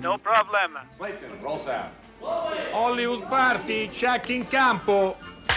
No problem. Clayton, roll sound. Hollywood Party, check in campo.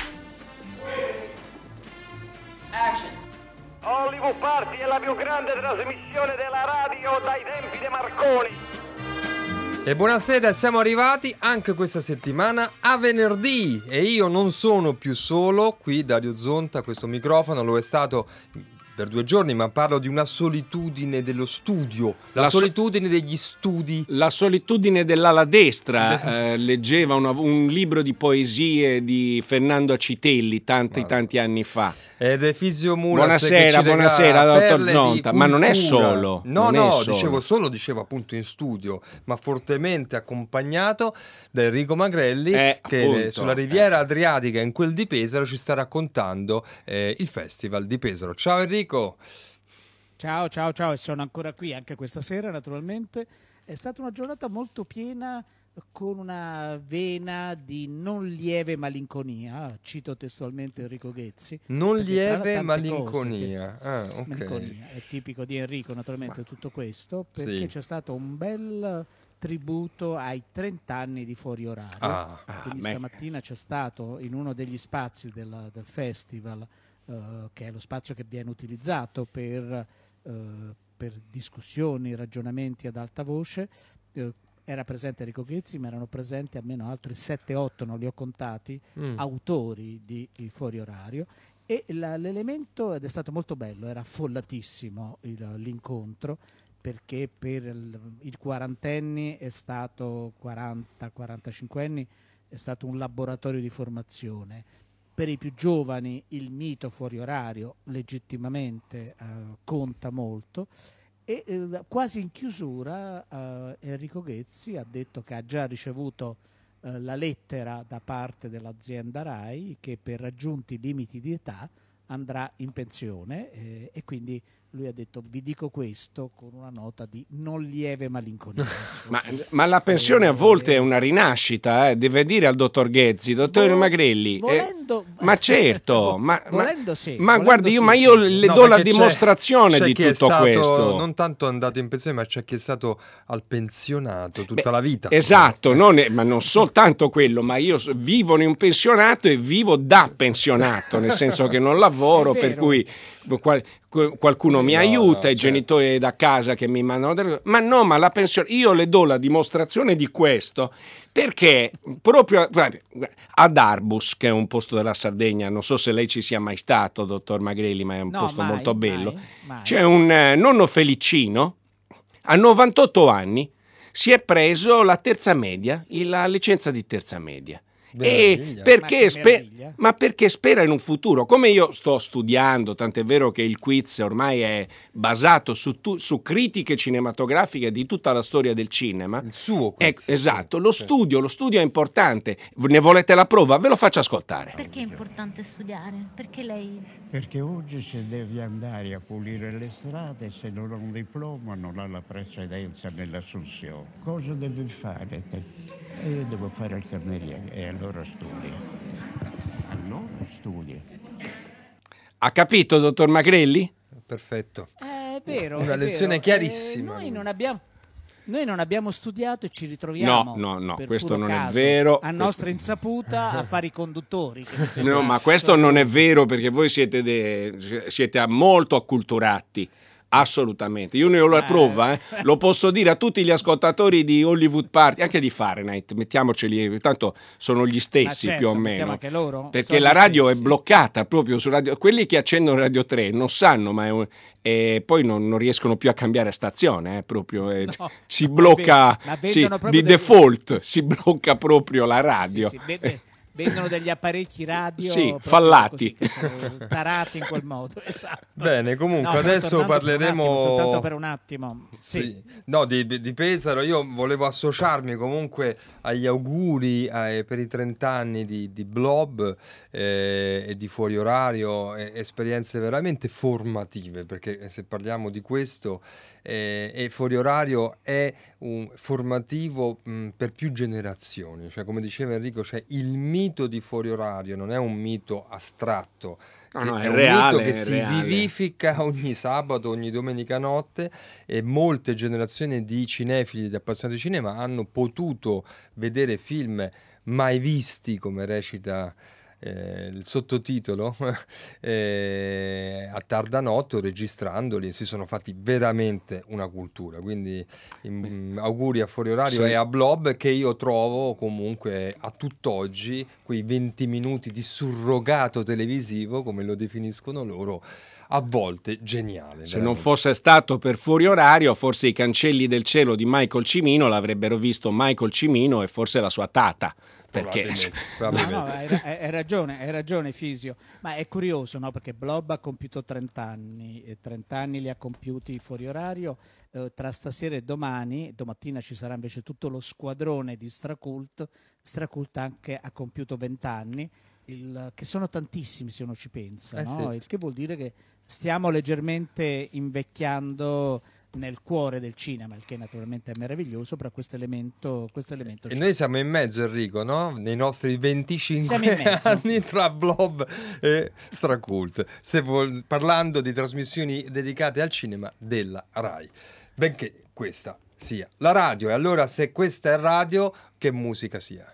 Action. Hollywood Party è la più grande trasmissione della radio dai tempi di Marconi. E buonasera, siamo arrivati anche questa settimana a venerdì e io non sono più solo qui, Dario Zonta, questo microfono lo è stato per 2 giorni, ma parlo di una solitudine dello studio, la solitudine degli studi. La solitudine dell'ala destra, leggeva un libro di poesie di Fernando Acitelli tanti anni fa. Ed è Fisio Mulas buonasera dottor Zonta, ma non è solo. Dicevo appunto in studio, ma fortemente accompagnato da Enrico Magrelli, che appunto, sulla riviera Adriatica in quel di Pesaro ci sta raccontando il Festival di Pesaro. Ciao Enrico. Ciao, e sono ancora qui anche questa sera naturalmente. È stata una giornata molto piena con una vena di non lieve malinconia, cito testualmente Enrico Ghezzi. Non lieve malinconia. Okay. Malinconia, è tipico di Enrico naturalmente tutto questo, perché c'è stato un bel tributo ai 30 anni di Fuori Orario. Quindi stamattina c'è stato in uno degli spazi del festival, che è lo spazio che viene utilizzato per discussioni, ragionamenti ad alta voce, era presente Enrico Ghezzi, ma erano presenti almeno altri 7-8, non li ho contati, autori di Fuori Orario, e l'elemento, ed è stato molto bello, era affollatissimo l'incontro, perché per il quarantenni è stato 40-45 anni, è stato un laboratorio di formazione. Per i più giovani il mito Fuori Orario legittimamente conta molto, e quasi in chiusura Enrico Ghezzi ha detto che ha già ricevuto la lettera da parte dell'azienda RAI che per raggiunti limiti di età andrà in pensione, e quindi lui ha detto: vi dico questo con una nota di non lieve malinconia. ma la pensione a volte è una rinascita, deve dire al dottor Ghezzi, dottor Magrelli. Ma certo, guardi, io le do la dimostrazione di tutto questo. Non tanto andato in pensione, ma c'è chi è stato al pensionato tutta la vita. Esatto, ma non soltanto quello, ma io vivo in un pensionato e vivo da pensionato, nel senso che non lavoro, per cui qualcuno mi aiuta, i genitori da casa che mi mandano, ma la pensione, io le do la dimostrazione di questo perché proprio ad Arbus, che è un posto della Sardegna, non so se lei ci sia mai stato, dottor Magrelli, ma è un posto molto bello, mai. C'è un nonno Felicino, a 98 anni si è preso la terza media, la licenza di terza media. E perché spera in un futuro, come io sto studiando, tant'è vero che il quiz ormai è basato su critiche cinematografiche di tutta la storia del cinema. Il suo quiz. Esatto, lo studio è importante. Ne volete la prova? Ve lo faccio ascoltare. Perché è importante studiare? Perché lei? Perché oggi se devi andare a pulire le strade, se non ha un diploma non ha la precedenza nell'assunzione. Cosa devi fare te? Io devo fare il cameriere, e allora studia. Ha capito, dottor Magrelli? Perfetto. È vero. Una lezione chiarissima. Noi non abbiamo studiato e ci ritroviamo. No, questo non è vero. A nostra insaputa a fare i conduttori. No, ma questo non è vero, perché voi siete molto acculturati. Assolutamente, io ne ho la prova, lo posso dire a tutti gli ascoltatori di Hollywood Party, anche di Fahrenheit, mettiamoceli, tanto sono gli stessi più o meno, anche loro, perché la radio è bloccata proprio su radio, quelli che accendono Radio 3 non sanno, poi non riescono più a cambiare stazione, proprio si blocca, di default si blocca proprio la radio. Vendono degli apparecchi radio fallati, tarati in quel modo. Esatto. Bene, comunque adesso parleremo soltanto per un attimo. Di Pesaro. Io volevo associarmi comunque agli auguri per i 30 anni di Blob e di Fuori Orario, esperienze veramente formative, perché se parliamo di questo e Fuori Orario è un formativo per più generazioni, cioè come diceva Enrico c'è il mito di Fuori Orario, non è un mito astratto, è un reale, mito che è si reale. vivifica ogni sabato, ogni domenica notte, e molte generazioni di cinefili, di appassionati di cinema hanno potuto vedere film mai visti, come recita il sottotitolo, a tarda notte, o registrandoli, si sono fatti veramente una cultura. Quindi auguri a Fuori Orario e a Blob, che io trovo comunque a tutt'oggi quei 20 minuti di surrogato televisivo, come lo definiscono loro, a volte geniale. Se non fosse stato per Fuori Orario, forse I Cancelli del cielo di Michael Cimino l'avrebbero visto Michael Cimino e forse la sua tata. Perché probabilmente. Hai ragione Fisio, ma è curioso, no? Perché Blob ha compiuto 30 anni e 30 anni li ha compiuti Fuori Orario. Tra stasera e domattina ci sarà invece tutto lo squadrone di Stracult anche ha compiuto 20 anni, che sono tantissimi se uno ci pensa, no? Sì. Il che vuol dire che stiamo leggermente invecchiando nel cuore del cinema, il che naturalmente è meraviglioso, però questo elemento e noi siamo in mezzo, Enrico, no? Nei nostri 25 anni tra Blob e Stracult, parlando di trasmissioni dedicate al cinema della Rai, benché questa sia la radio. E allora, se questa è radio, che musica sia?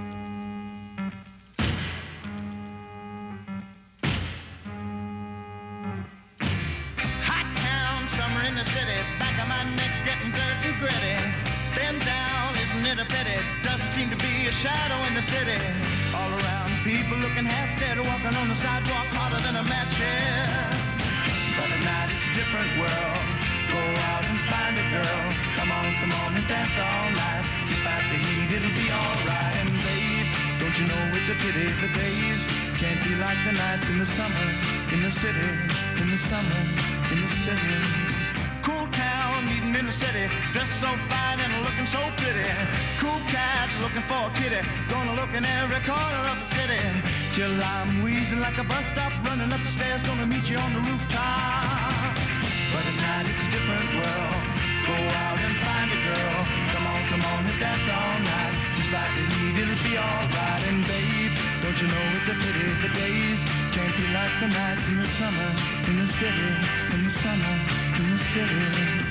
Summer in the city, back of my neck getting dirt and gritty. Bend down, isn't it a pity? Doesn't seem to be a shadow in the city. All around, people looking half dead, walking on the sidewalk harder than a match head. But at night it's a different world. Go out and find a girl. Come on and dance all night. Despite the heat, it'll be alright. And babe, don't you know it's a pity the days can't be like the nights in the summer, in the city, in the summer, in the city. Cool town, meeting in the city, dressed so fine and looking so pretty. Cool cat, looking for a kitty, gonna look in every corner of the city. Till I'm wheezing like a bus stop, running up the stairs, gonna meet you on the rooftop. But at night it's a different world. Go out and find a girl. Come on and dance all night. Despite the heat, it'll be alright. And babe, don't you know it's a pity the days can't be like the nights in the summer, in the city, in the summer, in the city.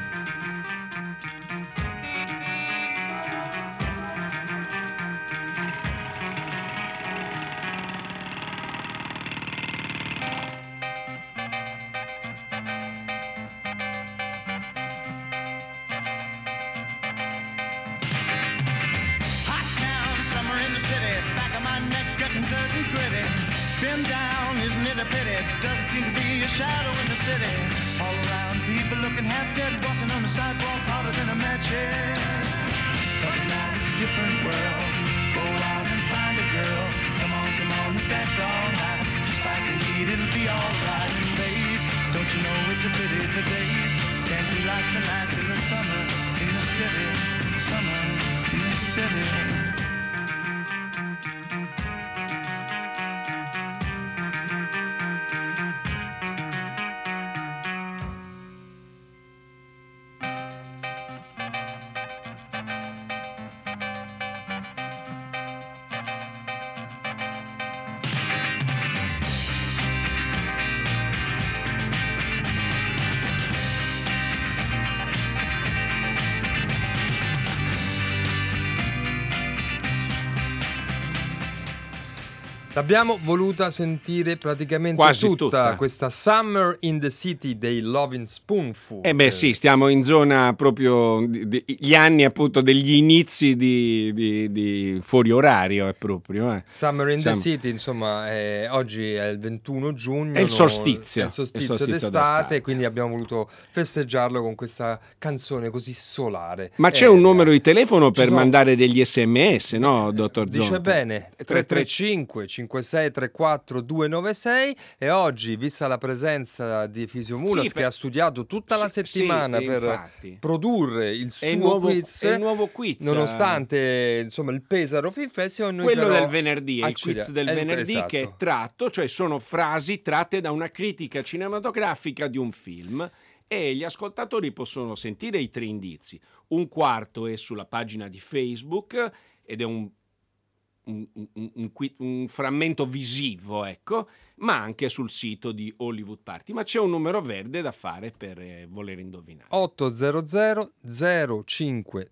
Been down, isn't it a pity? Doesn't seem to be a shadow in the city. All around, people looking half dead, walking on the sidewalk harder than a match head. But now it's a different world. Go out and find a girl. Come on and dance all night. Despite the heat, it'll be alright. And babe, don't you know it's a pity the days can't be like the nights in the summer, in the city, summer, in the city. L'abbiamo voluta sentire praticamente quasi tutta questa Summer in the City dei Lovin' Spoonful. Sì, stiamo in zona proprio gli anni appunto degli inizi di Fuori Orario, è proprio. Summer in the City, insomma, oggi è il 21 giugno. È il solstizio. È il solstizio d'estate, quindi abbiamo voluto festeggiarlo con questa canzone così solare. Ma c'è un numero di telefono per mandare degli SMS, no, dottor Zonta? Dice bene, 335 5634 296, e oggi, vista la presenza di Fisio Mulas, che ha studiato tutta la settimana per infatti produrre il suo quiz, il nuovo quiz, nonostante insomma il Pesaro Film Festival, noi quello però del venerdì, il quiz del venerdì, esatto, che è tratto, cioè sono frasi tratte da una critica cinematografica di un film. e gli ascoltatori possono sentire i 3 indizi. Un quarto è sulla pagina di Facebook ed è un frammento visivo, ecco, ma anche sul sito di Hollywood Party. Ma c'è un numero verde da fare per voler indovinare. 800 050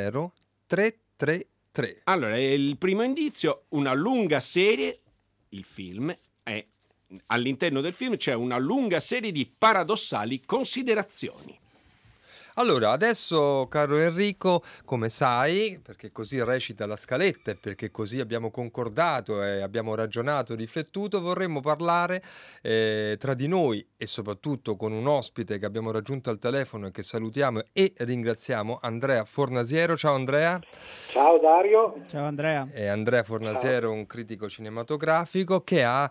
333. Allora, il primo indizio, una lunga serie, il film è, all'interno del film c'è una lunga serie di paradossali considerazioni. Allora, adesso, caro Enrico, come sai, perché così recita la scaletta e perché così abbiamo concordato e abbiamo ragionato, riflettuto, vorremmo parlare tra di noi e soprattutto con un ospite che abbiamo raggiunto al telefono e che salutiamo e ringraziamo, Andrea Fornasiero. Ciao Andrea. Ciao Dario. Ciao Andrea. Andrea Fornasiero, un critico cinematografico che ha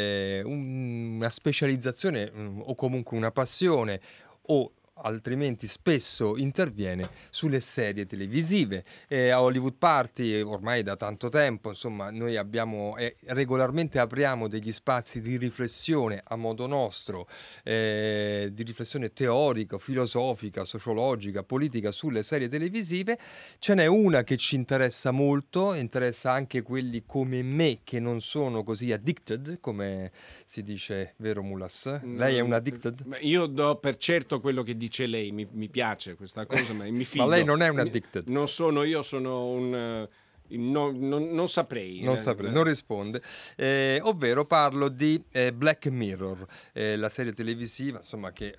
una specializzazione o comunque una passione o altrimenti spesso interviene sulle serie televisive. A Hollywood Party ormai da tanto tempo, insomma, noi abbiamo regolarmente apriamo degli spazi di riflessione a modo nostro, di riflessione teorica, filosofica, sociologica, politica sulle serie televisive. Ce n'è una che ci interessa molto, interessa anche quelli come me che non sono così addicted, come si dice, vero Mulas? Lei è un addicted? Io do per certo quello che dice lei, mi piace questa cosa, ma mi fido. Ma lei non è un addicted? Non sono, io sono un... non saprei. Non risponde. Ovvero parlo di Black Mirror, la serie televisiva, insomma, che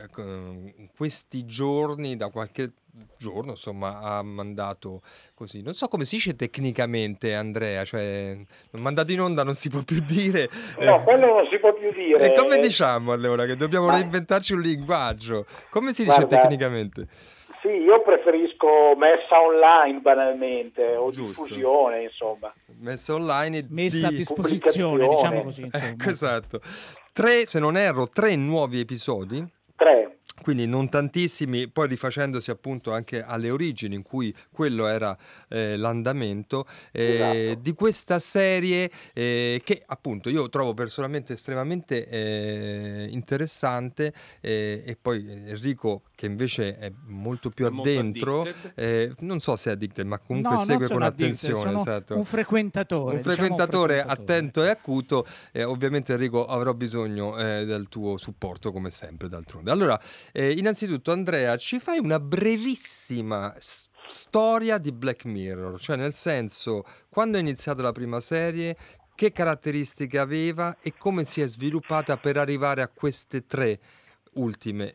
questi giorni, da qualche giorno, insomma, ha mandato così. Non so come si dice tecnicamente, Andrea, cioè mandato in onda non si può più dire. No, quello non si può più dire. E come diciamo allora che dobbiamo reinventarci un linguaggio? Come si dice tecnicamente? Sì, io preferisco messa online banalmente o Giusto. diffusione, insomma. Messa online, messa a disposizione, diciamo così. Ecco, esatto. 3, se non erro, 3 nuovi episodi. 3. Quindi non tantissimi, poi rifacendosi appunto anche alle origini in cui quello era l'andamento Esatto. di questa serie che appunto io trovo personalmente estremamente interessante e poi Enrico che invece è molto più addentro, non so se è addicted ma comunque segue con attenzione. Esatto. Un frequentatore. Un frequentatore attento e acuto, ovviamente Enrico avrò bisogno del tuo supporto come sempre d'altronde. Allora, innanzitutto Andrea, ci fai una brevissima storia di Black Mirror, cioè nel senso, quando è iniziata la prima serie, che caratteristiche aveva e come si è sviluppata per arrivare a questi 3 ultimi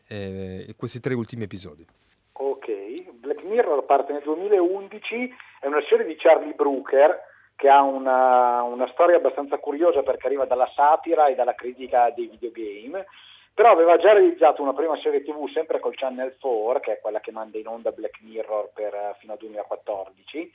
episodi. Ok, Black Mirror parte nel 2011, è una serie di Charlie Brooker che ha una storia abbastanza curiosa perché arriva dalla satira e dalla critica dei videogame. Però aveva già realizzato una prima serie TV sempre col Channel 4, che è quella che manda in onda Black Mirror fino al 2014.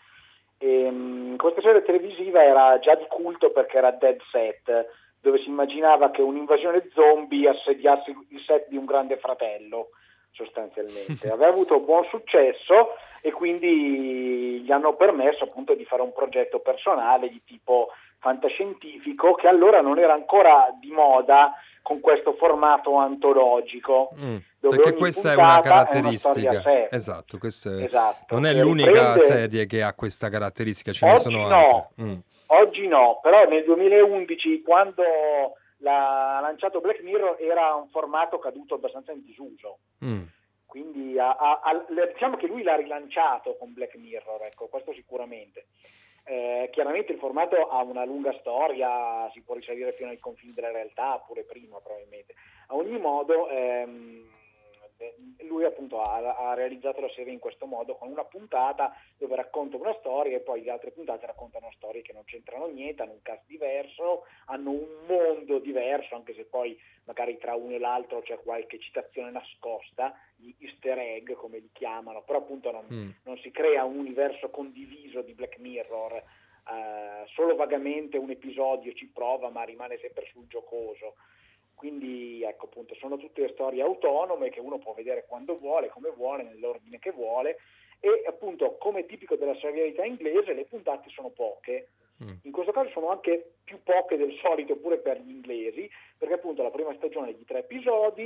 Questa serie televisiva era già di culto perché era Dead Set, dove si immaginava che un'invasione zombie assediasse il set di Un Grande Fratello, sostanzialmente. Aveva avuto buon successo e quindi gli hanno permesso appunto di fare un progetto personale di tipo fantascientifico che allora non era ancora di moda con questo formato antologico. Perché questa è una caratteristica. Esatto, non è l'unica serie che ha questa caratteristica, ce ne sono altre. Oggi no, però nel 2011 quando l'ha lanciato Black Mirror era un formato caduto abbastanza in disuso. Quindi diciamo che lui l'ha rilanciato con Black Mirror, ecco, questo sicuramente. Chiaramente il formato ha una lunga storia, si può risalire fino ai confini della realtà, pure prima probabilmente. A ogni modo lui appunto ha realizzato la serie in questo modo, con una puntata dove racconta una storia e poi le altre puntate raccontano storie che non c'entrano niente, hanno un cast diverso, hanno un mondo diverso, anche se poi magari tra uno e l'altro c'è qualche citazione nascosta, gli easter egg come li chiamano, però appunto non si crea un universo condiviso di Black Mirror, solo vagamente un episodio ci prova ma rimane sempre sul giocoso. Quindi ecco appunto sono tutte storie autonome che uno può vedere quando vuole, come vuole, nell'ordine che vuole e appunto come tipico della serialità inglese le puntate sono poche. In questo caso sono anche più poche del solito pure per gli inglesi, perché appunto la prima stagione è di 3 episodi,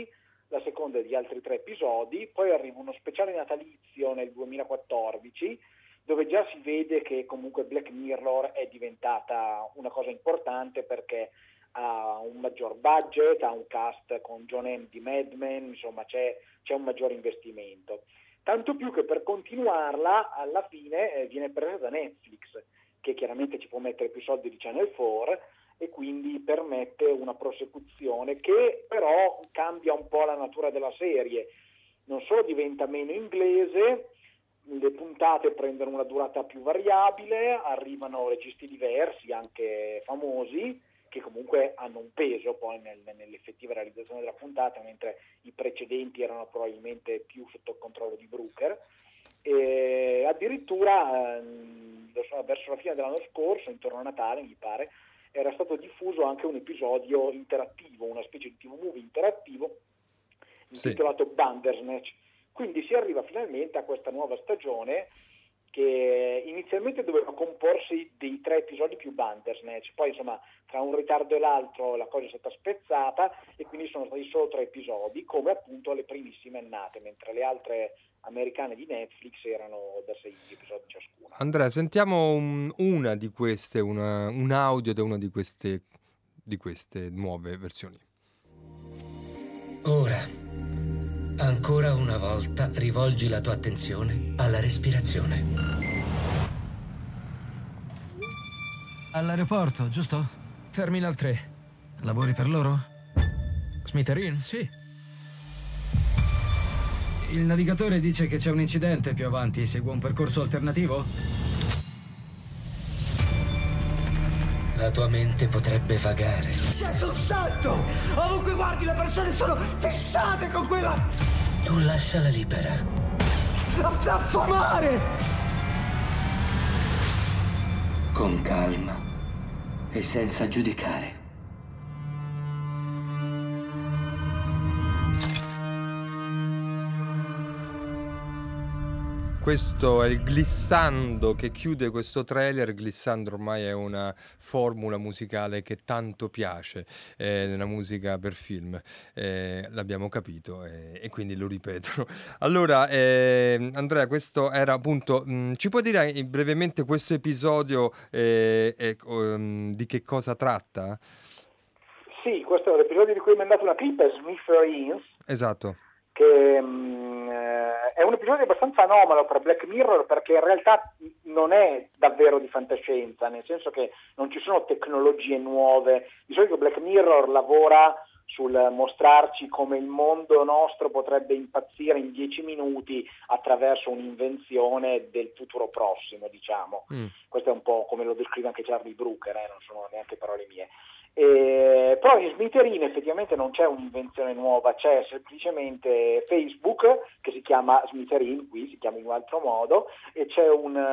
la seconda è di altri 3 episodi, poi arriva uno speciale natalizio nel 2014, dove già si vede che comunque Black Mirror è diventata una cosa importante perché ha un maggior budget, ha un cast con John Hamm di Mad Men, insomma c'è un maggior investimento. Tanto più che per continuarla alla fine viene presa da Netflix, che chiaramente ci può mettere più soldi di Channel 4 e quindi permette una prosecuzione che però cambia un po' la natura della serie. Non solo diventa meno inglese, le puntate prendono una durata più variabile, arrivano registi diversi, anche famosi, che comunque hanno un peso poi nell'effettiva realizzazione della puntata, mentre i precedenti erano probabilmente più sotto il controllo di Brooker. E addirittura verso la fine dell'anno scorso, intorno a Natale mi pare, era stato diffuso anche un episodio interattivo, una specie di TV movie interattivo intitolato Bandersnatch. Quindi si arriva finalmente a questa nuova stagione che inizialmente doveva comporsi dei 3 episodi più Bandersnatch, poi insomma tra un ritardo e l'altro la cosa è stata spezzata e quindi sono stati solo 3 episodi, come appunto le primissime annate, mentre le altre americane di Netflix erano da 6 episodi ciascuna. Andrea, sentiamo una di queste, un audio da una di queste nuove versioni. Ora, ancora una volta, rivolgi la tua attenzione alla respirazione. All'aeroporto, giusto? Terminal 3. Lavori per loro? Smitherin? Sì. Il navigatore dice che c'è un incidente più avanti. Segua un percorso alternativo? La tua mente potrebbe vagare. Gesù santo! Ovunque guardi le persone sono fissate con quella... Tu lasciala libera. A tua mare! Con calma e senza giudicare. Questo è il glissando che chiude questo trailer. Glissando ormai è una formula musicale che tanto piace nella musica per film, l'abbiamo capito e quindi lo ripetono. Allora Andrea, questo era appunto, ci puoi dire brevemente questo episodio di che cosa tratta? Sì, questo è l'episodio di cui mi è mandato una clip, è Smithereens. Esatto. Che è un episodio abbastanza anomalo per Black Mirror perché in realtà non è davvero di fantascienza, nel senso che non ci sono tecnologie nuove. Di solito Black Mirror lavora sul mostrarci come il mondo nostro potrebbe impazzire in 10 minuti attraverso un'invenzione del futuro prossimo, diciamo. Questo è un po' come lo descrive anche Charlie Brooker, non sono neanche parole mie. Però in Smitherin effettivamente non c'è un'invenzione nuova, c'è semplicemente Facebook che si chiama Smitherin, qui si chiama in un altro modo, e c'è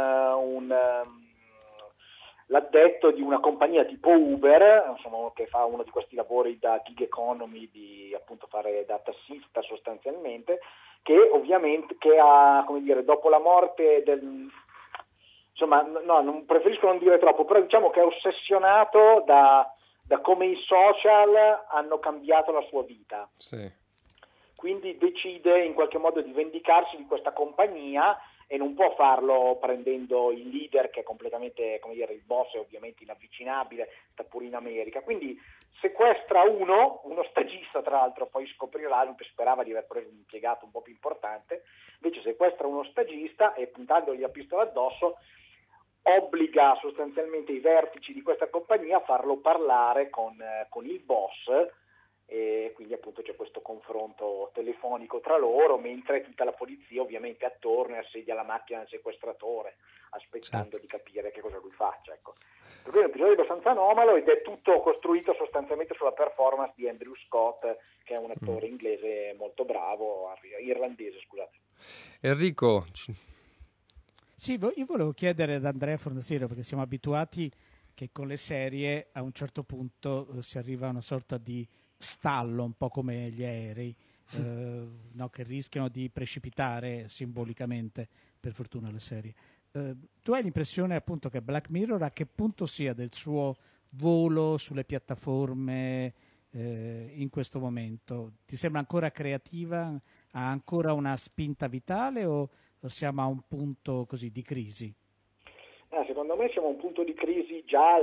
l'addetto di una compagnia tipo Uber, insomma, che fa uno di questi lavori da gig economy, di appunto fare da tassista sostanzialmente, che ovviamente ha, come dire, dopo la morte insomma, no, non preferisco non dire troppo, però diciamo che è ossessionato da come i social hanno cambiato la sua vita. Sì. Quindi decide in qualche modo di vendicarsi di questa compagnia e non può farlo prendendo il leader che è completamente, come dire, il boss è ovviamente inavvicinabile, sta pure in America. Quindi sequestra uno stagista, tra l'altro poi scoprirà, lui sperava di aver preso un impiegato un po' più importante, invece sequestra uno stagista e puntandogli la pistola addosso obbliga sostanzialmente i vertici di questa compagnia a farlo parlare con il boss, e quindi appunto c'è questo confronto telefonico tra loro, mentre tutta la polizia ovviamente attorno e assedia la macchina del sequestratore aspettando di capire che cosa lui faccia, ecco. Per cui è un episodio abbastanza anomalo ed è tutto costruito sostanzialmente sulla performance di Andrew Scott, che è un attore inglese molto bravo, irlandese, scusate. Enrico, sì, io volevo chiedere ad Andrea Fornaciero, perché siamo abituati che con le serie a un certo punto si arriva a una sorta di stallo, un po' come gli aerei, no, che rischiano di precipitare simbolicamente, per fortuna le serie. Tu hai l'impressione appunto che Black Mirror a che punto sia del suo volo sulle piattaforme in questo momento? Ti sembra ancora creativa? Ha ancora una spinta vitale o siamo a un punto così di crisi? Secondo me siamo a un punto di crisi già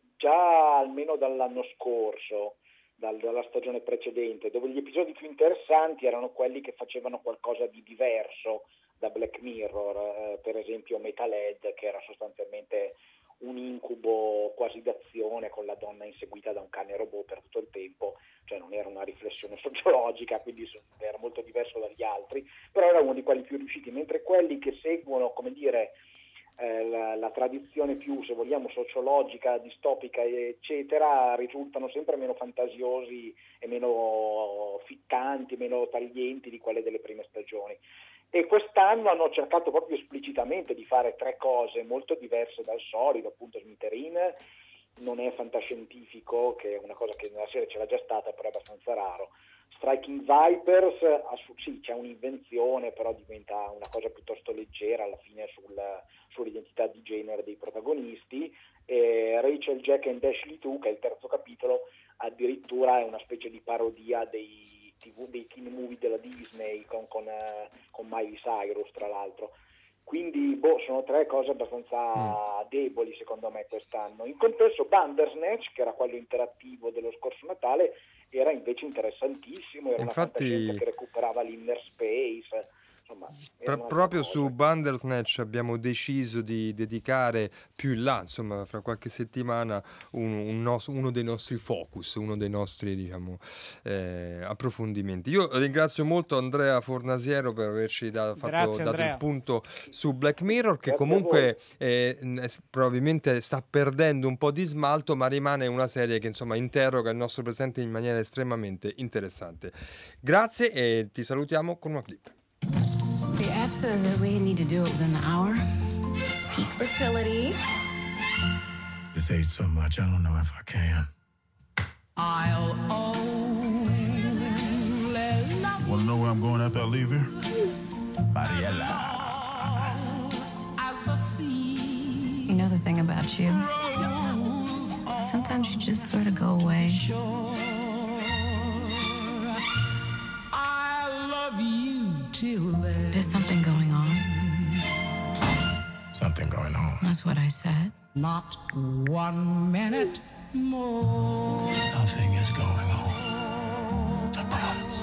almeno dall'anno scorso, dalla stagione precedente, dove gli episodi più interessanti erano quelli che facevano qualcosa di diverso da Black Mirror, per esempio Metalhead, che era sostanzialmente un incubo quasi d'azione con la donna inseguita da un cane robot per tutto il tempo, cioè non era una riflessione sociologica, quindi era molto diverso dagli altri, però era uno di quelli più riusciti, mentre quelli che seguono, come dire, la tradizione più, se vogliamo, sociologica, distopica, eccetera, risultano sempre meno fantasiosi e meno ficcanti, meno taglienti di quelle delle prime stagioni. E quest'anno hanno cercato proprio esplicitamente di fare 3 cose molto diverse dal solito. Appunto Smitherin non è fantascientifico, che è una cosa che nella serie c'era già stata, però è abbastanza raro. Striking Vipers, sì, c'è un'invenzione, però diventa una cosa piuttosto leggera alla fine sull'identità di genere dei protagonisti. E Rachel, Jack and Ashley 2, che è il terzo capitolo, addirittura è una specie di parodia dei teen movie della Disney con Miley Cyrus, tra l'altro. Quindi sono 3 cose abbastanza deboli secondo me quest'anno. In compenso Bandersnatch, che era quello interattivo dello scorso Natale, era invece interessantissimo, era una fantascienza che recuperava l'inner space. Insomma, proprio su Bandersnatch abbiamo deciso di dedicare più in là, insomma, fra qualche settimana, uno dei nostri focus, uno dei nostri, diciamo, approfondimenti. Io ringrazio molto Andrea Fornasiero per averci dato il punto su Black Mirror, che comunque probabilmente sta perdendo un po' di smalto, ma rimane una serie che, insomma, interroga il nostro presente in maniera estremamente interessante. Grazie e ti salutiamo con una clip. The app says that we need to do it within an hour. It's peak fertility. Just ate so much, I don't know if I can. I'll only love Wanna know where I'm going after I leave here? Mariella. as the sea. You know the thing about you? Sometimes you just sort of go away. I love you till then. There's something going on. Something going on. That's what I said. Not 1 minute more. Nothing is going on. I promise.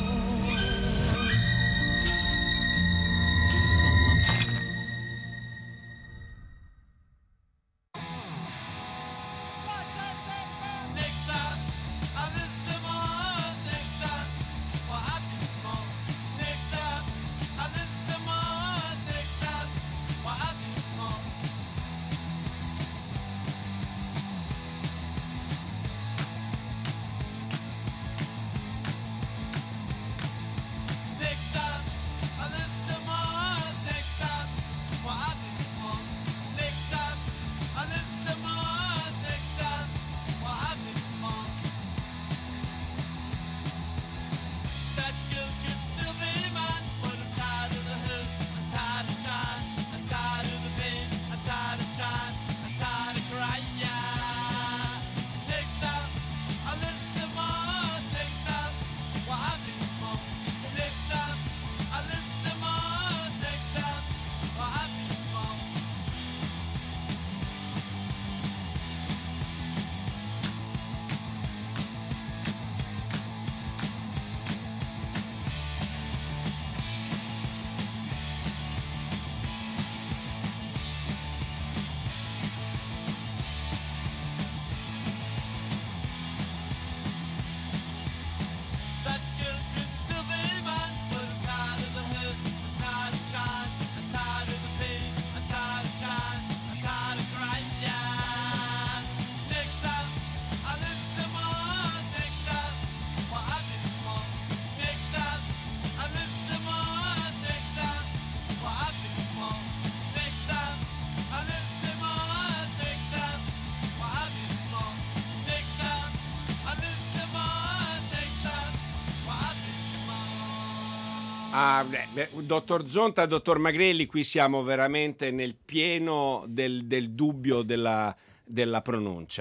Dottor Zonta, dottor Magrelli, qui siamo veramente nel pieno del dubbio della pronuncia,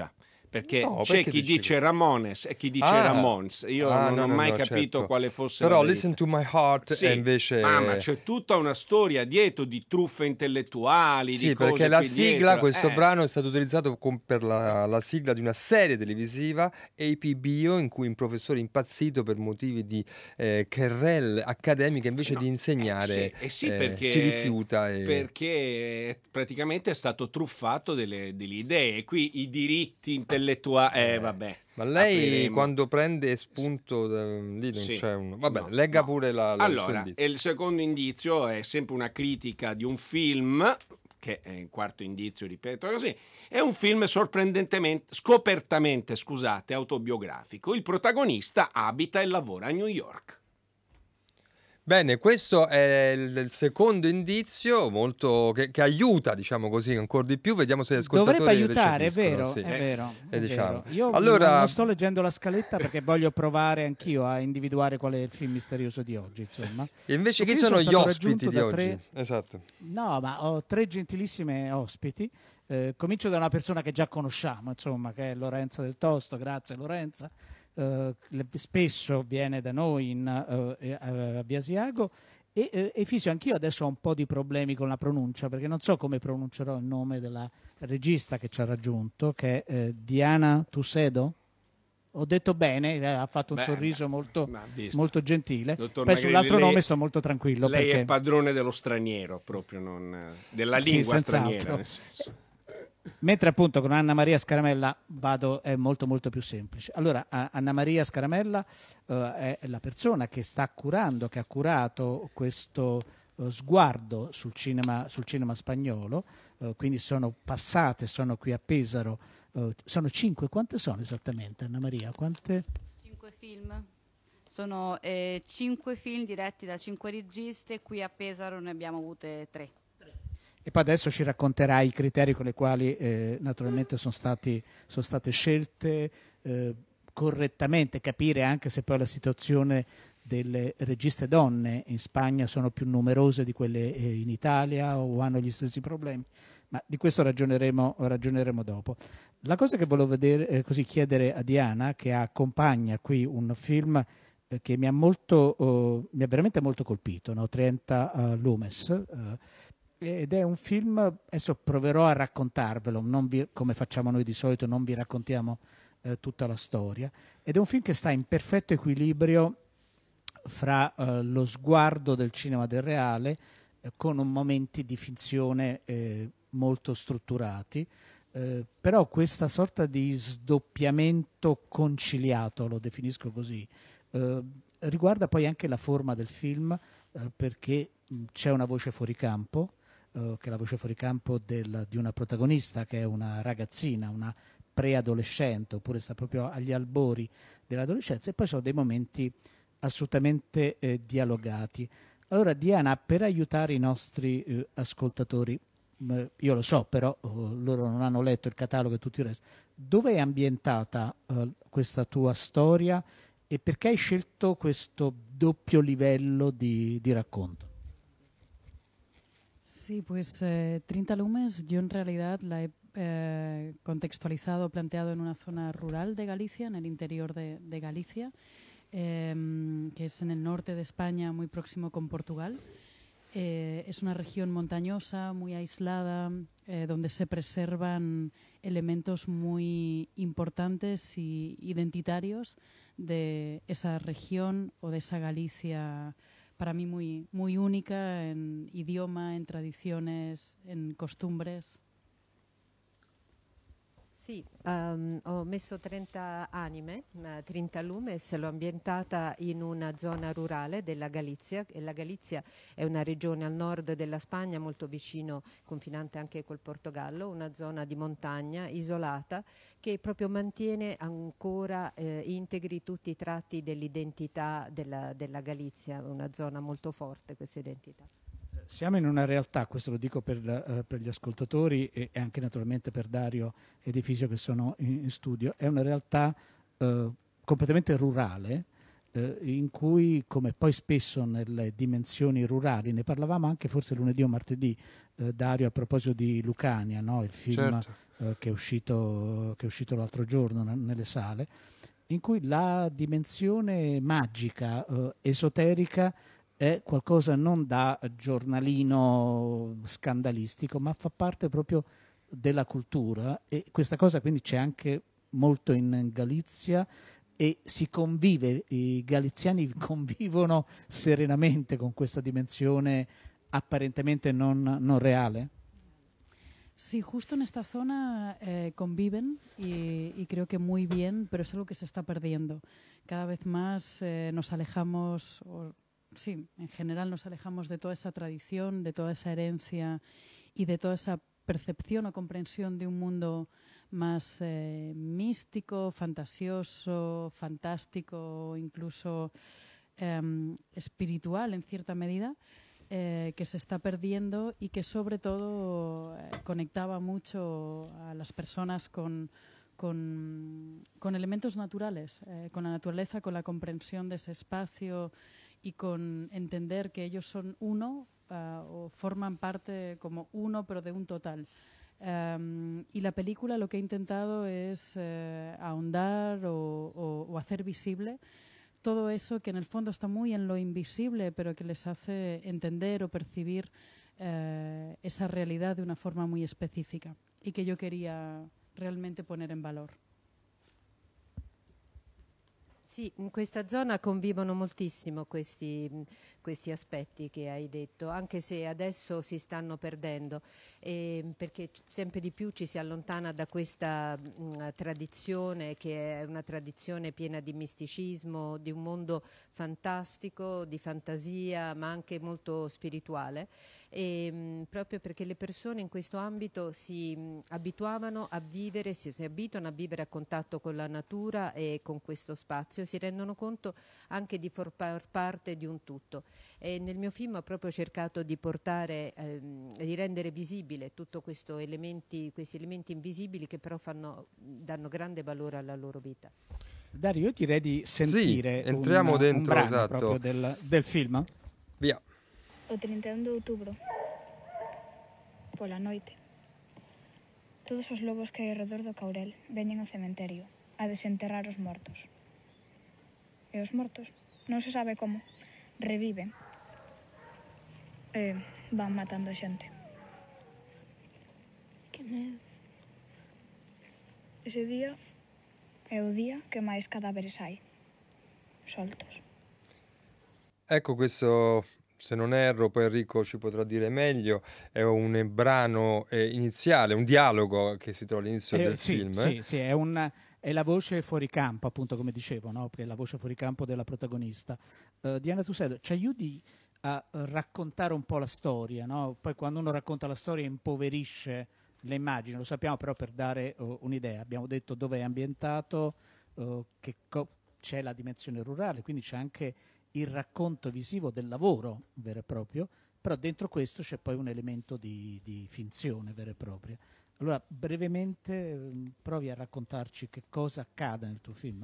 Perché No, c'è perché chi dici dice Ramones e chi dice Ramones. Io non ho mai capito certo. quale fosse Però la verità. Listen to My Heart Sì, è invece... ma c'è tutta una storia dietro di truffe intellettuali, Sì, di cose perché la qui sigla, dietro. questo brano è stato utilizzato per la sigla di una serie televisiva, AP Bio, in cui un professore impazzito per motivi di querelle accademiche, invece di insegnare, perché, si rifiuta. Perché praticamente è stato truffato delle idee. Qui i diritti intellettuali, vabbè. Ma lei apriremo. quando prende spunto, lì non Sì. c'è uno. Va bene, No, legga no. pure il suo Allora, indizio. e il secondo indizio è sempre una critica di un film, che è il quarto indizio, ripeto così, è un film scopertamente, autobiografico. Il protagonista abita e lavora a New York. Bene, questo è il secondo indizio molto che aiuta, diciamo così, ancora di più. Vediamo se gli ascoltatori Dovrebbe aiutare, è recepiscono, vero, sì. è vero. È diciamo. vero. Io Allora, non sto leggendo la scaletta perché voglio provare anch'io a individuare qual è il film misterioso di oggi, insomma. e invece chi Io sono sono gli stato ospiti di raggiunto da oggi? Esatto. No, ma ho 3 gentilissime ospiti. Comincio da una persona che già conosciamo, insomma, che è Lorenza Del Tosto. Grazie Lorenza. Spesso viene da noi a Biasiago. E Fisio, anch'io adesso ho un po' di problemi con la pronuncia, perché non so come pronuncerò il nome della regista che ci ha raggiunto, che è Diana Tusedo. Ho detto bene, ha fatto un sorriso molto gentile. Dottor Poi Magrini, sull'altro lei- nome sto molto tranquillo. Lei perché... è padrone dello straniero, proprio non della Sì, lingua senz'altro. straniera. Nel senso. Mentre appunto con Anna Maria Scaramella è molto molto più semplice. Allora, Anna Maria Scaramella è la persona che sta curando, che ha curato questo sguardo sul cinema spagnolo, quindi sono qui a Pesaro, sono 5, quante sono esattamente Anna Maria? Quante? 5 film. Sono 5 film diretti da 5 registi e qui a Pesaro ne abbiamo avute 3. E poi adesso ci racconterai i criteri con i quali naturalmente sono state scelte correttamente, capire anche se poi la situazione delle registe donne in Spagna sono più numerose di quelle in Italia o hanno gli stessi problemi, ma di questo ragioneremo dopo. La cosa che volevo chiedere a Diana, che accompagna qui un film che mi ha veramente molto colpito, no? 30 Lumes, ed è un film, adesso proverò a raccontarvelo, come facciamo noi di solito, non vi raccontiamo tutta la storia, ed è un film che sta in perfetto equilibrio fra lo sguardo del cinema del reale con momenti di finzione molto strutturati, però questa sorta di sdoppiamento conciliato, lo definisco così, riguarda poi anche la forma del film, perché c'è una voce fuori campo, che è la voce fuori campo di una protagonista che è una ragazzina, una preadolescente, oppure sta proprio agli albori dell'adolescenza, e poi sono dei momenti assolutamente dialogati. Allora Diana, per aiutare i nostri ascoltatori, io lo so, però loro non hanno letto il catalogo e tutto il resto, dove è ambientata questa tua storia e perché hai scelto questo doppio livello di racconto? Sí, pues 30 Lumes yo en realidad la he contextualizado, planteado en una zona rural de Galicia, en el interior de Galicia, que es en el norte de España, muy próximo con Portugal. Es una región montañosa, muy aislada, donde se preservan elementos muy importantes y identitarios de esa región o de esa Galicia, para mí muy, muy única en idioma, en tradiciones, en costumbres. Sì, ho messo 30 anime, 30 Lumes, l'ho ambientata in una zona rurale della Galizia, e la Galizia è una regione al nord della Spagna, molto vicino, confinante anche col Portogallo, una zona di montagna isolata che proprio mantiene ancora integri tutti i tratti dell'identità della Galizia, una zona molto forte questa identità. Siamo in una realtà, questo lo dico per gli ascoltatori e anche naturalmente per Dario ed Efisio che sono in studio, è una realtà completamente rurale, in cui, come poi spesso nelle dimensioni rurali, ne parlavamo anche forse lunedì o martedì, Dario, a proposito di Lucania, no? Il film Certo. che è uscito l'altro giorno nelle sale, in cui la dimensione magica, esoterica, è qualcosa non da giornalino scandalistico, ma fa parte proprio della cultura, e questa cosa quindi c'è anche molto in Galizia, e si convive, i galiziani convivono serenamente con questa dimensione apparentemente non reale. Sí, justo en esta zona conviven y creo que muy bien, pero es algo que se está perdiendo. Cada vez más nos alejamos, sí, en general nos alejamos de toda esa tradición, de toda esa herencia y de toda esa percepción o comprensión de un mundo más místico, fantasioso, fantástico, incluso espiritual en cierta medida. Que se está perdiendo y que sobre todo conectaba mucho a las personas con elementos naturales, con la naturaleza, con la comprensión de ese espacio y con entender que ellos son uno o forman parte como uno pero de un total. Y la película lo que ha intentado es ahondar o hacer visible todo eso que en el fondo está muy en lo invisible, pero que les hace entender o percibir esa realidad de una forma muy específica y que yo quería realmente poner en valor. Sì, in questa zona convivono moltissimo questi aspetti che hai detto, anche se adesso si stanno perdendo, perché sempre di più ci si allontana da questa tradizione, che è una tradizione piena di misticismo, di un mondo fantastico, di fantasia, ma anche molto spirituale, proprio perché le persone in questo ambito si abituavano a vivere, si abituano a vivere a contatto con la natura e con questo spazio, si rendono conto anche di far parte di un tutto. E nel mio film ho proprio cercato di portare, di rendere visibile tutti questi elementi invisibili che però danno grande valore alla loro vita. Dario, io direi di sentire entriamo dentro, un brano esatto, proprio del film. Via. O 31 de outubro, pola noite, todos os lobos que hai alrededor do Caurel veñen ao cementerio a desenterrar os mortos. E os mortos, non se sabe como, reviven e van matando a xente. Que medo. Ese día è o día che máis cadáveres hai, soltos. Ecco, questo, se non erro, poi Enrico ci potrà dire meglio, è un brano iniziale, un dialogo che si trova all'inizio del film. Sì, è la voce fuori campo, appunto, come dicevo, no? Che è la voce fuori campo della protagonista. Diana Tusedo, ci aiuti a raccontare un po' la storia, no? Poi quando uno racconta la storia impoverisce le immagini, lo sappiamo, però per dare un'idea. Abbiamo detto dove è ambientato, c'è la dimensione rurale, quindi c'è anche il racconto visivo del lavoro vero e proprio, però dentro questo c'è poi un elemento di finzione vera e propria. Allora, brevemente provi a raccontarci che cosa accade nel tuo film.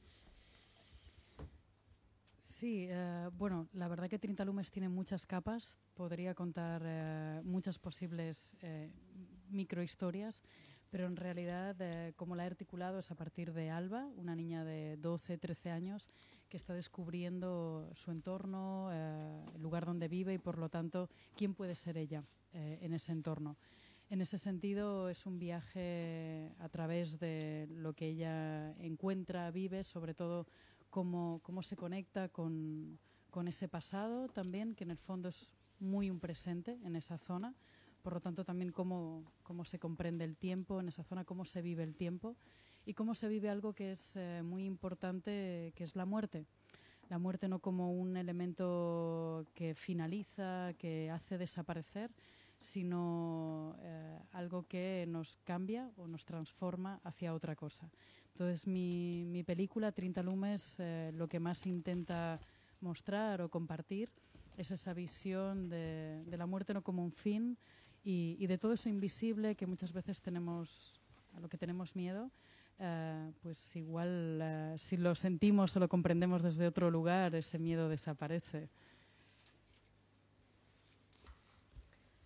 Sí, bueno, la verdad que 30 Lumes tiene muchas capas, podría contar muchas posibles microhistorias, pero en realidad como la he articulado es a partir de Alba, una niña de 12, 13 años que está descubriendo su entorno, el lugar donde vive y por lo tanto quién puede ser ella en ese entorno. En ese sentido es un viaje a través de lo que ella encuentra, vive, sobre todo cómo se conecta con ese pasado también, que en el fondo es muy un presente en esa zona. Por lo tanto, también cómo se comprende el tiempo en esa zona, cómo se vive el tiempo y cómo se vive algo que es muy importante, que es la muerte. La muerte no como un elemento que finaliza, que hace desaparecer, sino algo que nos cambia o nos transforma hacia otra cosa. Entonces, mi película, 30 Lumes, lo que más intenta mostrar o compartir es esa visión de la muerte no como un fin y de todo eso invisible que muchas veces a lo que tenemos miedo, pues igual si lo sentimos o lo comprendemos desde otro lugar, ese miedo desaparece.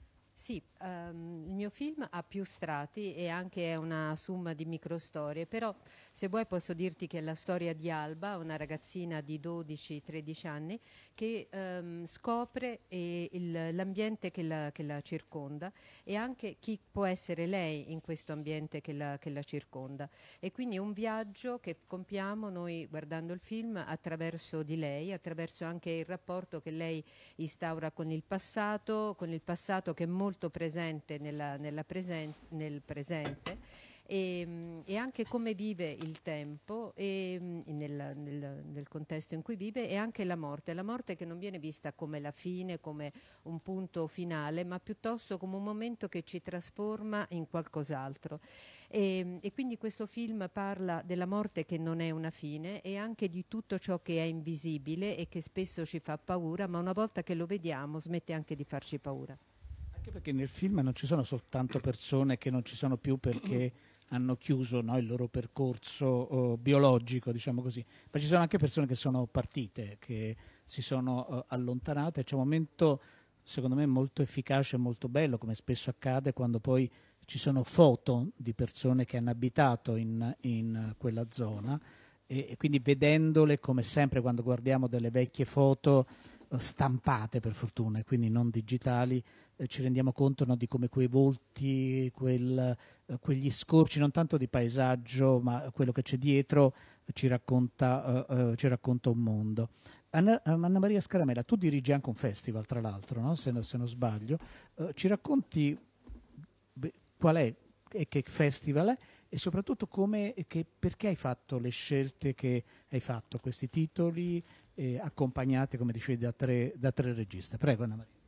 Sì, il mio film ha più strati e anche una somma di microstorie, però se vuoi posso dirti che è la storia di Alba, una ragazzina di 12-13 anni che scopre l'ambiente che la circonda e anche chi può essere lei in questo ambiente che la circonda. E quindi è un viaggio che compiamo noi guardando il film attraverso di lei, attraverso anche il rapporto che lei instaura con il passato che è molto presente nel presente e anche come vive il tempo e nel contesto in cui vive, e anche la morte che non viene vista come la fine, come un punto finale, ma piuttosto come un momento che ci trasforma in qualcos'altro. E quindi questo film parla della morte che non è una fine e anche di tutto ciò che è invisibile e che spesso ci fa paura, ma una volta che lo vediamo smette anche di farci paura. Anche perché nel film non ci sono soltanto persone che non ci sono più perché hanno chiuso, no, il loro percorso biologico, diciamo così, ma ci sono anche persone che sono partite, che si sono allontanate. C'è un momento, secondo me, molto efficace e molto bello, come spesso accade quando poi ci sono foto di persone che hanno abitato in quella zona e quindi vedendole, come sempre quando guardiamo delle vecchie foto stampate per fortuna e quindi non digitali, ci rendiamo conto, no, di come quei volti, quegli scorci non tanto di paesaggio ma quello che c'è dietro ci racconta un mondo. Anna Maria Scaramella, tu dirigi anche un festival tra l'altro, no? se non sbaglio, ci racconti qual è e che festival è e soprattutto perché hai fatto le scelte che hai fatto, questi titoli accompagnati, come dicevi, da tre registi. Prego Anna Maria.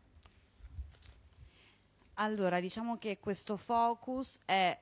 Allora, diciamo che questo focus è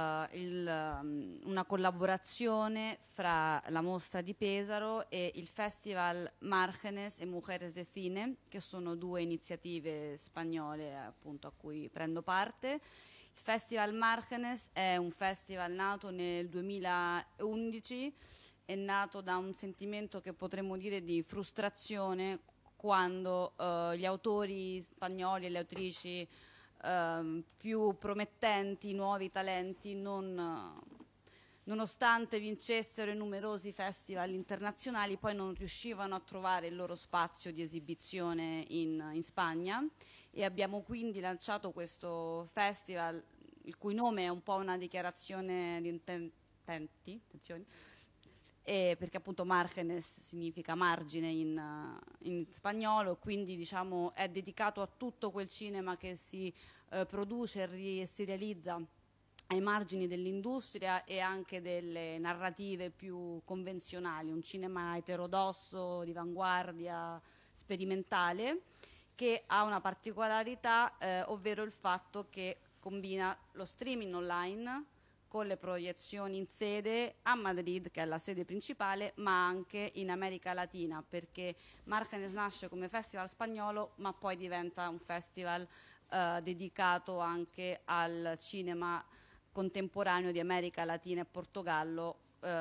una collaborazione fra la mostra di Pesaro e il Festival Márgenes e Mujeres de Cine, che sono due iniziative spagnole appunto a cui prendo parte. Il Festival Márgenes è un festival nato nel 2011, è nato da un sentimento che potremmo dire di frustrazione quando gli autori spagnoli e le autrici più promettenti, nuovi talenti, nonostante vincessero in numerosi festival internazionali, poi non riuscivano a trovare il loro spazio di esibizione in Spagna, e abbiamo quindi lanciato questo festival, il cui nome è un po' una dichiarazione di intenti, perché appunto Márgenes significa margine in spagnolo, quindi diciamo è dedicato a tutto quel cinema che si produce e si realizza ai margini dell'industria e anche delle narrative più convenzionali, un cinema eterodosso, di vanguardia, sperimentale, che ha una particolarità, ovvero il fatto che combina lo streaming online con le proiezioni in sede a Madrid, che è la sede principale, ma anche in America Latina, perché Márgenes nasce come festival spagnolo, ma poi diventa un festival dedicato anche al cinema contemporaneo di America Latina e Portogallo,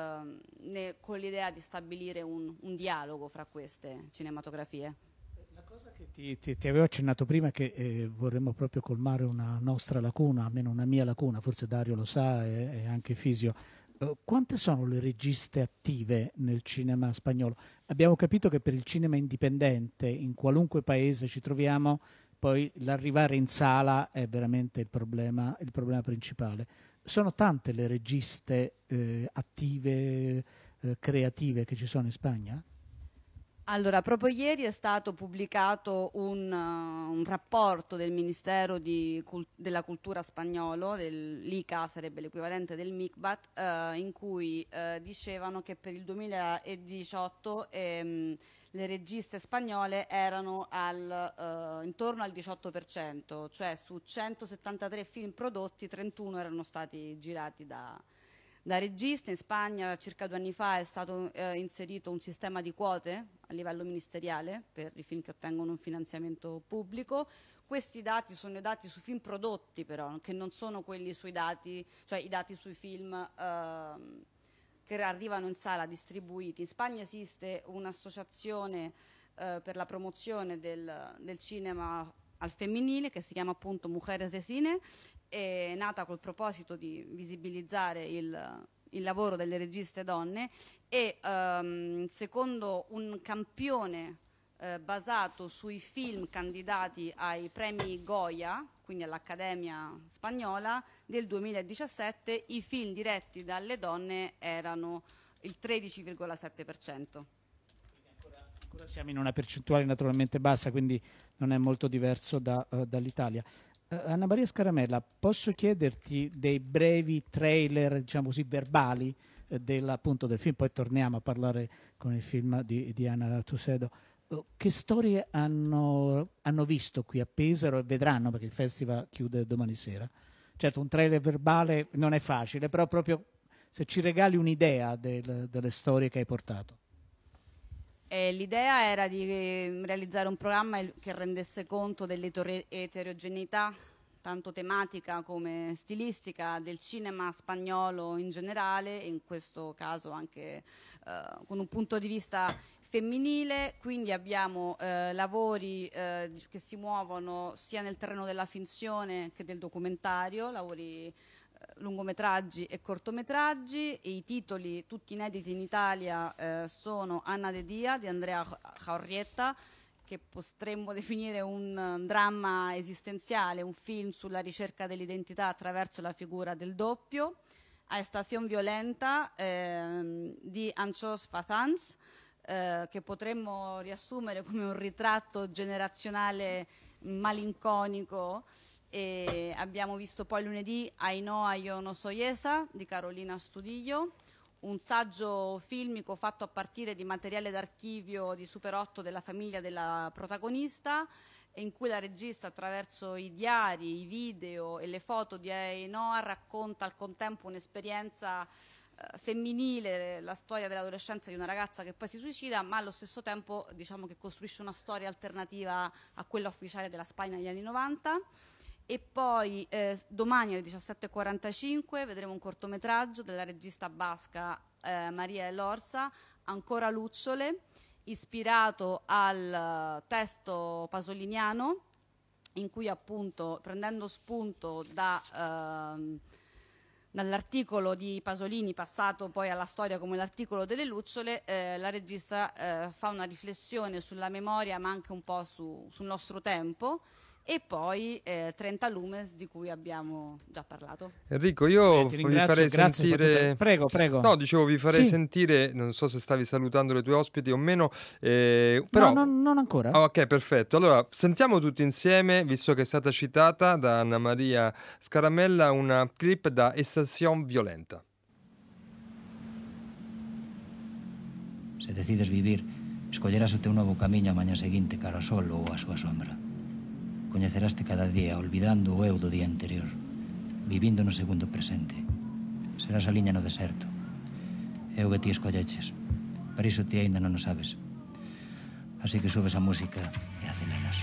con l'idea di stabilire un dialogo fra queste cinematografie. La cosa che ti avevo accennato prima è che vorremmo proprio colmare una nostra lacuna, almeno una mia lacuna, forse Dario lo sa e anche Fisio. Quante sono le registe attive nel cinema spagnolo? Abbiamo capito che per il cinema indipendente, in qualunque paese ci troviamo, poi l'arrivare in sala è veramente il problema principale. Sono tante le registe attive, creative che ci sono in Spagna? Allora, proprio ieri è stato pubblicato un rapporto del Ministero della Cultura spagnolo, l'ICA sarebbe l'equivalente del MICBAT, in cui dicevano che per il 2018 le registe spagnole erano intorno al 18%, cioè su 173 film prodotti 31 erano stati girati da regista. In Spagna circa 2 anni fa è stato inserito un sistema di quote a livello ministeriale per i film che ottengono un finanziamento pubblico. Questi dati sono i dati su film prodotti, però, che non sono quelli sui dati, cioè i dati sui film che arrivano in sala distribuiti. In Spagna esiste un'associazione per la promozione del cinema al femminile, che si chiama appunto Mujeres de Cine, è nata col proposito di visibilizzare il lavoro delle registe donne e secondo un campione basato sui film candidati ai premi Goya, quindi all'Accademia Spagnola, del 2017 i film diretti dalle donne erano il 13,7%. Ancora siamo in una percentuale naturalmente bassa, quindi non è molto diverso dall'Italia. Anna Maria Scaramella, posso chiederti dei brevi trailer, diciamo così, verbali appunto del film, poi torniamo a parlare con il film di Anna Tussedo. Che storie hanno visto qui a Pesaro e vedranno, perché il festival chiude domani sera? Certo, un trailer verbale non è facile, però proprio se ci regali un'idea delle storie che hai portato. L'idea era di realizzare un programma che rendesse conto dell'eterogeneità, tanto tematica come stilistica, del cinema spagnolo in generale, e in questo caso anche con un punto di vista femminile. Quindi abbiamo lavori che si muovono sia nel terreno della finzione che del documentario, lavori lungometraggi e cortometraggi. E i titoli, tutti inediti in Italia, sono Anna de Dia di Andrea Jaurrieta, che potremmo definire un dramma esistenziale, un film sulla ricerca dell'identità attraverso la figura del doppio. A Estación Violenta di Anxos Fazans, che potremmo riassumere come un ritratto generazionale malinconico. E abbiamo visto poi lunedì Ainhoa Yo no soy esa di Carolina Studiglio, un saggio filmico fatto a partire di materiale d'archivio di Super 8 della famiglia della protagonista, in cui la regista, attraverso i diari, i video e le foto di Ainhoa, racconta al contempo un'esperienza femminile, la storia dell'adolescenza di una ragazza che poi si suicida, ma allo stesso tempo diciamo che costruisce una storia alternativa a quella ufficiale della Spagna negli anni 90. E poi domani alle 17:45 vedremo un cortometraggio della regista basca Maria Elorza, Ancora lucciole, ispirato al testo pasoliniano, in cui appunto, prendendo spunto dall'articolo di Pasolini, passato poi alla storia come l'articolo delle lucciole, la regista fa una riflessione sulla memoria, ma anche un po' sul nostro tempo. E poi 30 Lumes, di cui abbiamo già parlato. Enrico, io vi farei sentire... Prego. No, dicevo, vi farei Sì. sentire, non so se stavi salutando le tue ospiti o meno, però... No, non ancora. Ok, perfetto. Allora, sentiamo tutti insieme, visto che è stata citata da Anna Maria Scaramella, una clip da Estación Violenta. Se decides vivir, escollerás o teu novo camiño a mañá seguinte cara ao sol ou a súa sombra. Coñeceraste cada día, olvidando o eu do día anterior, vivindo no segundo presente. Serás a liña no deserto. É o que ti escolleches. Para iso ti aínda non o sabes. Así que subes a música e aceleras.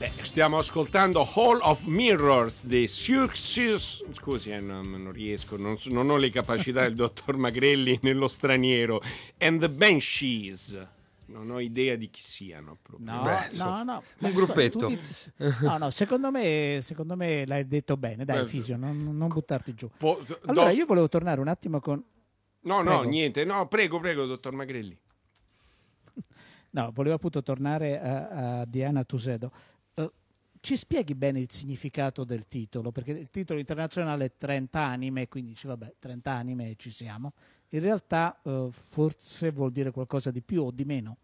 Stiamo ascoltando Hall of Mirrors di Success. Scusi, non riesco, non ho le capacità del dottor Magrelli nello straniero. And the Banshees. Non ho idea di chi siano. Proprio. No. Un gruppetto. No, secondo me l'hai detto bene. Dai, Fisio, non buttarti giù. Allora, io volevo tornare un attimo con... No, niente. No, prego, dottor Magrelli. No, volevo appunto tornare a Diana Tusedo. Ci spieghi bene il significato del titolo, perché il titolo internazionale è 30 anime, quindi dici vabbè, 30 anime e ci siamo. In realtà forse vuol dire qualcosa di più o di meno.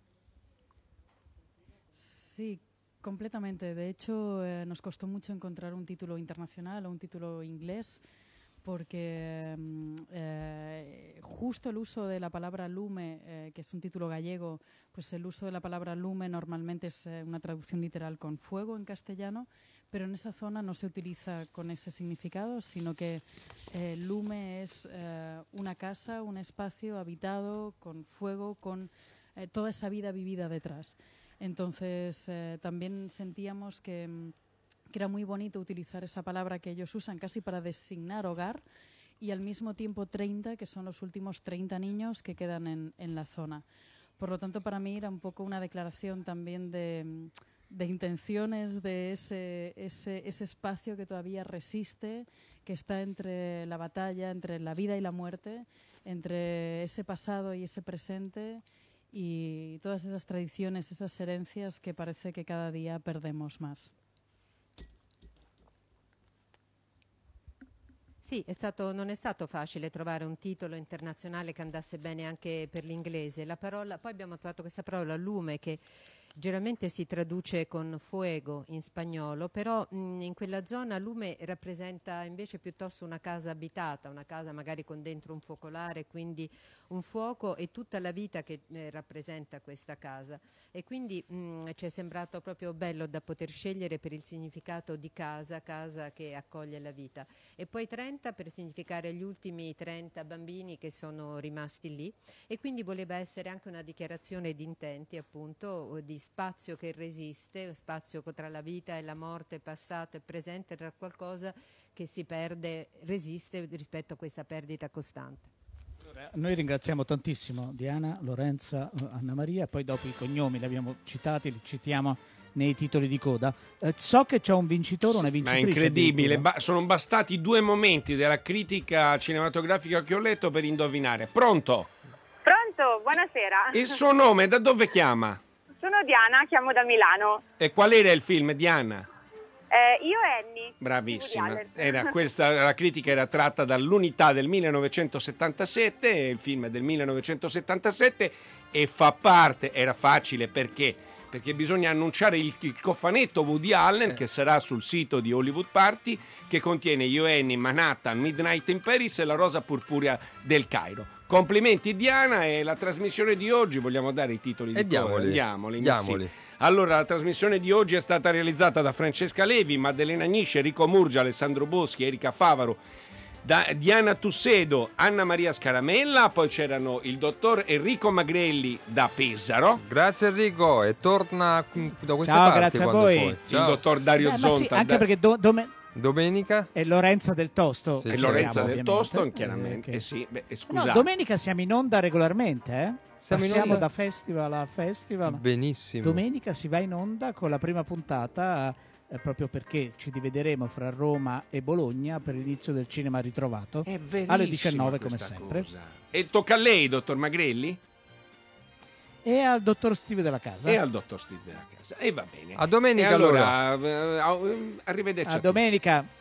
Sí, completamente. De hecho, nos costó mucho encontrar un título internacional o un título inglés, porque justo el uso de la palabra lume, que es un título gallego, pues el uso de la palabra lume normalmente es una traducción literal con fuego en castellano, pero en esa zona no se utiliza con ese significado, sino que lume es una casa, un espacio habitado con fuego, con toda esa vida vivida detrás. Entonces también sentíamos que era muy bonito utilizar esa palabra que ellos usan casi para designar hogar, y al mismo tiempo 30, que son los últimos 30 niños que quedan en la zona. Por lo tanto, para mí era un poco una declaración también de intenciones de ese espacio que todavía resiste, que está entre la batalla, entre la vida y la muerte, entre ese pasado y ese presente, y todas esas tradiciones, esas herencias que parece que cada día perdemos más. Sì, non è stato facile trovare un titolo internazionale che andasse bene anche per l'inglese. Poi abbiamo trovato questa parola lume, che generalmente si traduce con fuego in spagnolo, però in quella zona lume rappresenta invece piuttosto una casa abitata, una casa magari con dentro un focolare, quindi un fuoco e tutta la vita che rappresenta questa casa. E quindi ci è sembrato proprio bello da poter scegliere per il significato di casa che accoglie la vita. E poi 30 per significare gli ultimi 30 bambini che sono rimasti lì, e quindi voleva essere anche una dichiarazione di intenti, appunto, di spazio che resiste, spazio tra la vita e la morte, passato e presente, tra qualcosa che si perde, resiste rispetto a questa perdita costante. Noi ringraziamo tantissimo Diana, Lorenza, Anna Maria, poi dopo i cognomi li abbiamo citati, li citiamo nei titoli di coda. So che c'è un vincitore o una vincitrice. Ma è incredibile, sono bastati 2 momenti della critica cinematografica che ho letto per indovinare. Pronto? Pronto, buonasera. Il suo nome, da dove chiama? Sono Diana, chiamo da Milano. E qual era il film, Diana? Io e Annie. Bravissima. La critica era tratta dall'Unità del 1977, il film è del 1977 e fa parte, era facile perché bisogna annunciare il cofanetto Woody Allen che sarà sul sito di Hollywood Party, che contiene Io e Annie, Manhattan, Midnight in Paris e La rosa purpurea del Cairo. Complimenti Diana, e la trasmissione di oggi, vogliamo dare i titoli di Diamoli. Sì. Allora, la trasmissione di oggi è stata realizzata da Francesca Levi, Maddalena Agnisce, Enrico Murgia, Alessandro Boschi, Erika Favaro, Diana Tusedo, Anna Maria Scaramella, poi c'erano il dottor Enrico Magrelli da Pesaro. Grazie Enrico, e torna da queste Ciao, parti grazie a quando voi. puoi. Il dottor Dario Zonta. Sì, anche perché domenica è Lorenza del Tosto. Sì, e Lorenza del Tosto, chiaramente. Sì, scusate. No, domenica siamo in onda regolarmente, Siamo in Passiamo onda? da festival a festival. Benissimo. Domenica si va in onda con la prima puntata, proprio perché ci divideremo fra Roma e Bologna per l'inizio del Cinema Ritrovato alle 19 come sempre. Cosa. E tocca a lei, dottor Magrelli? E al dottor Steve della Casa. E va bene. A domenica allora. Arrivederci. A domenica.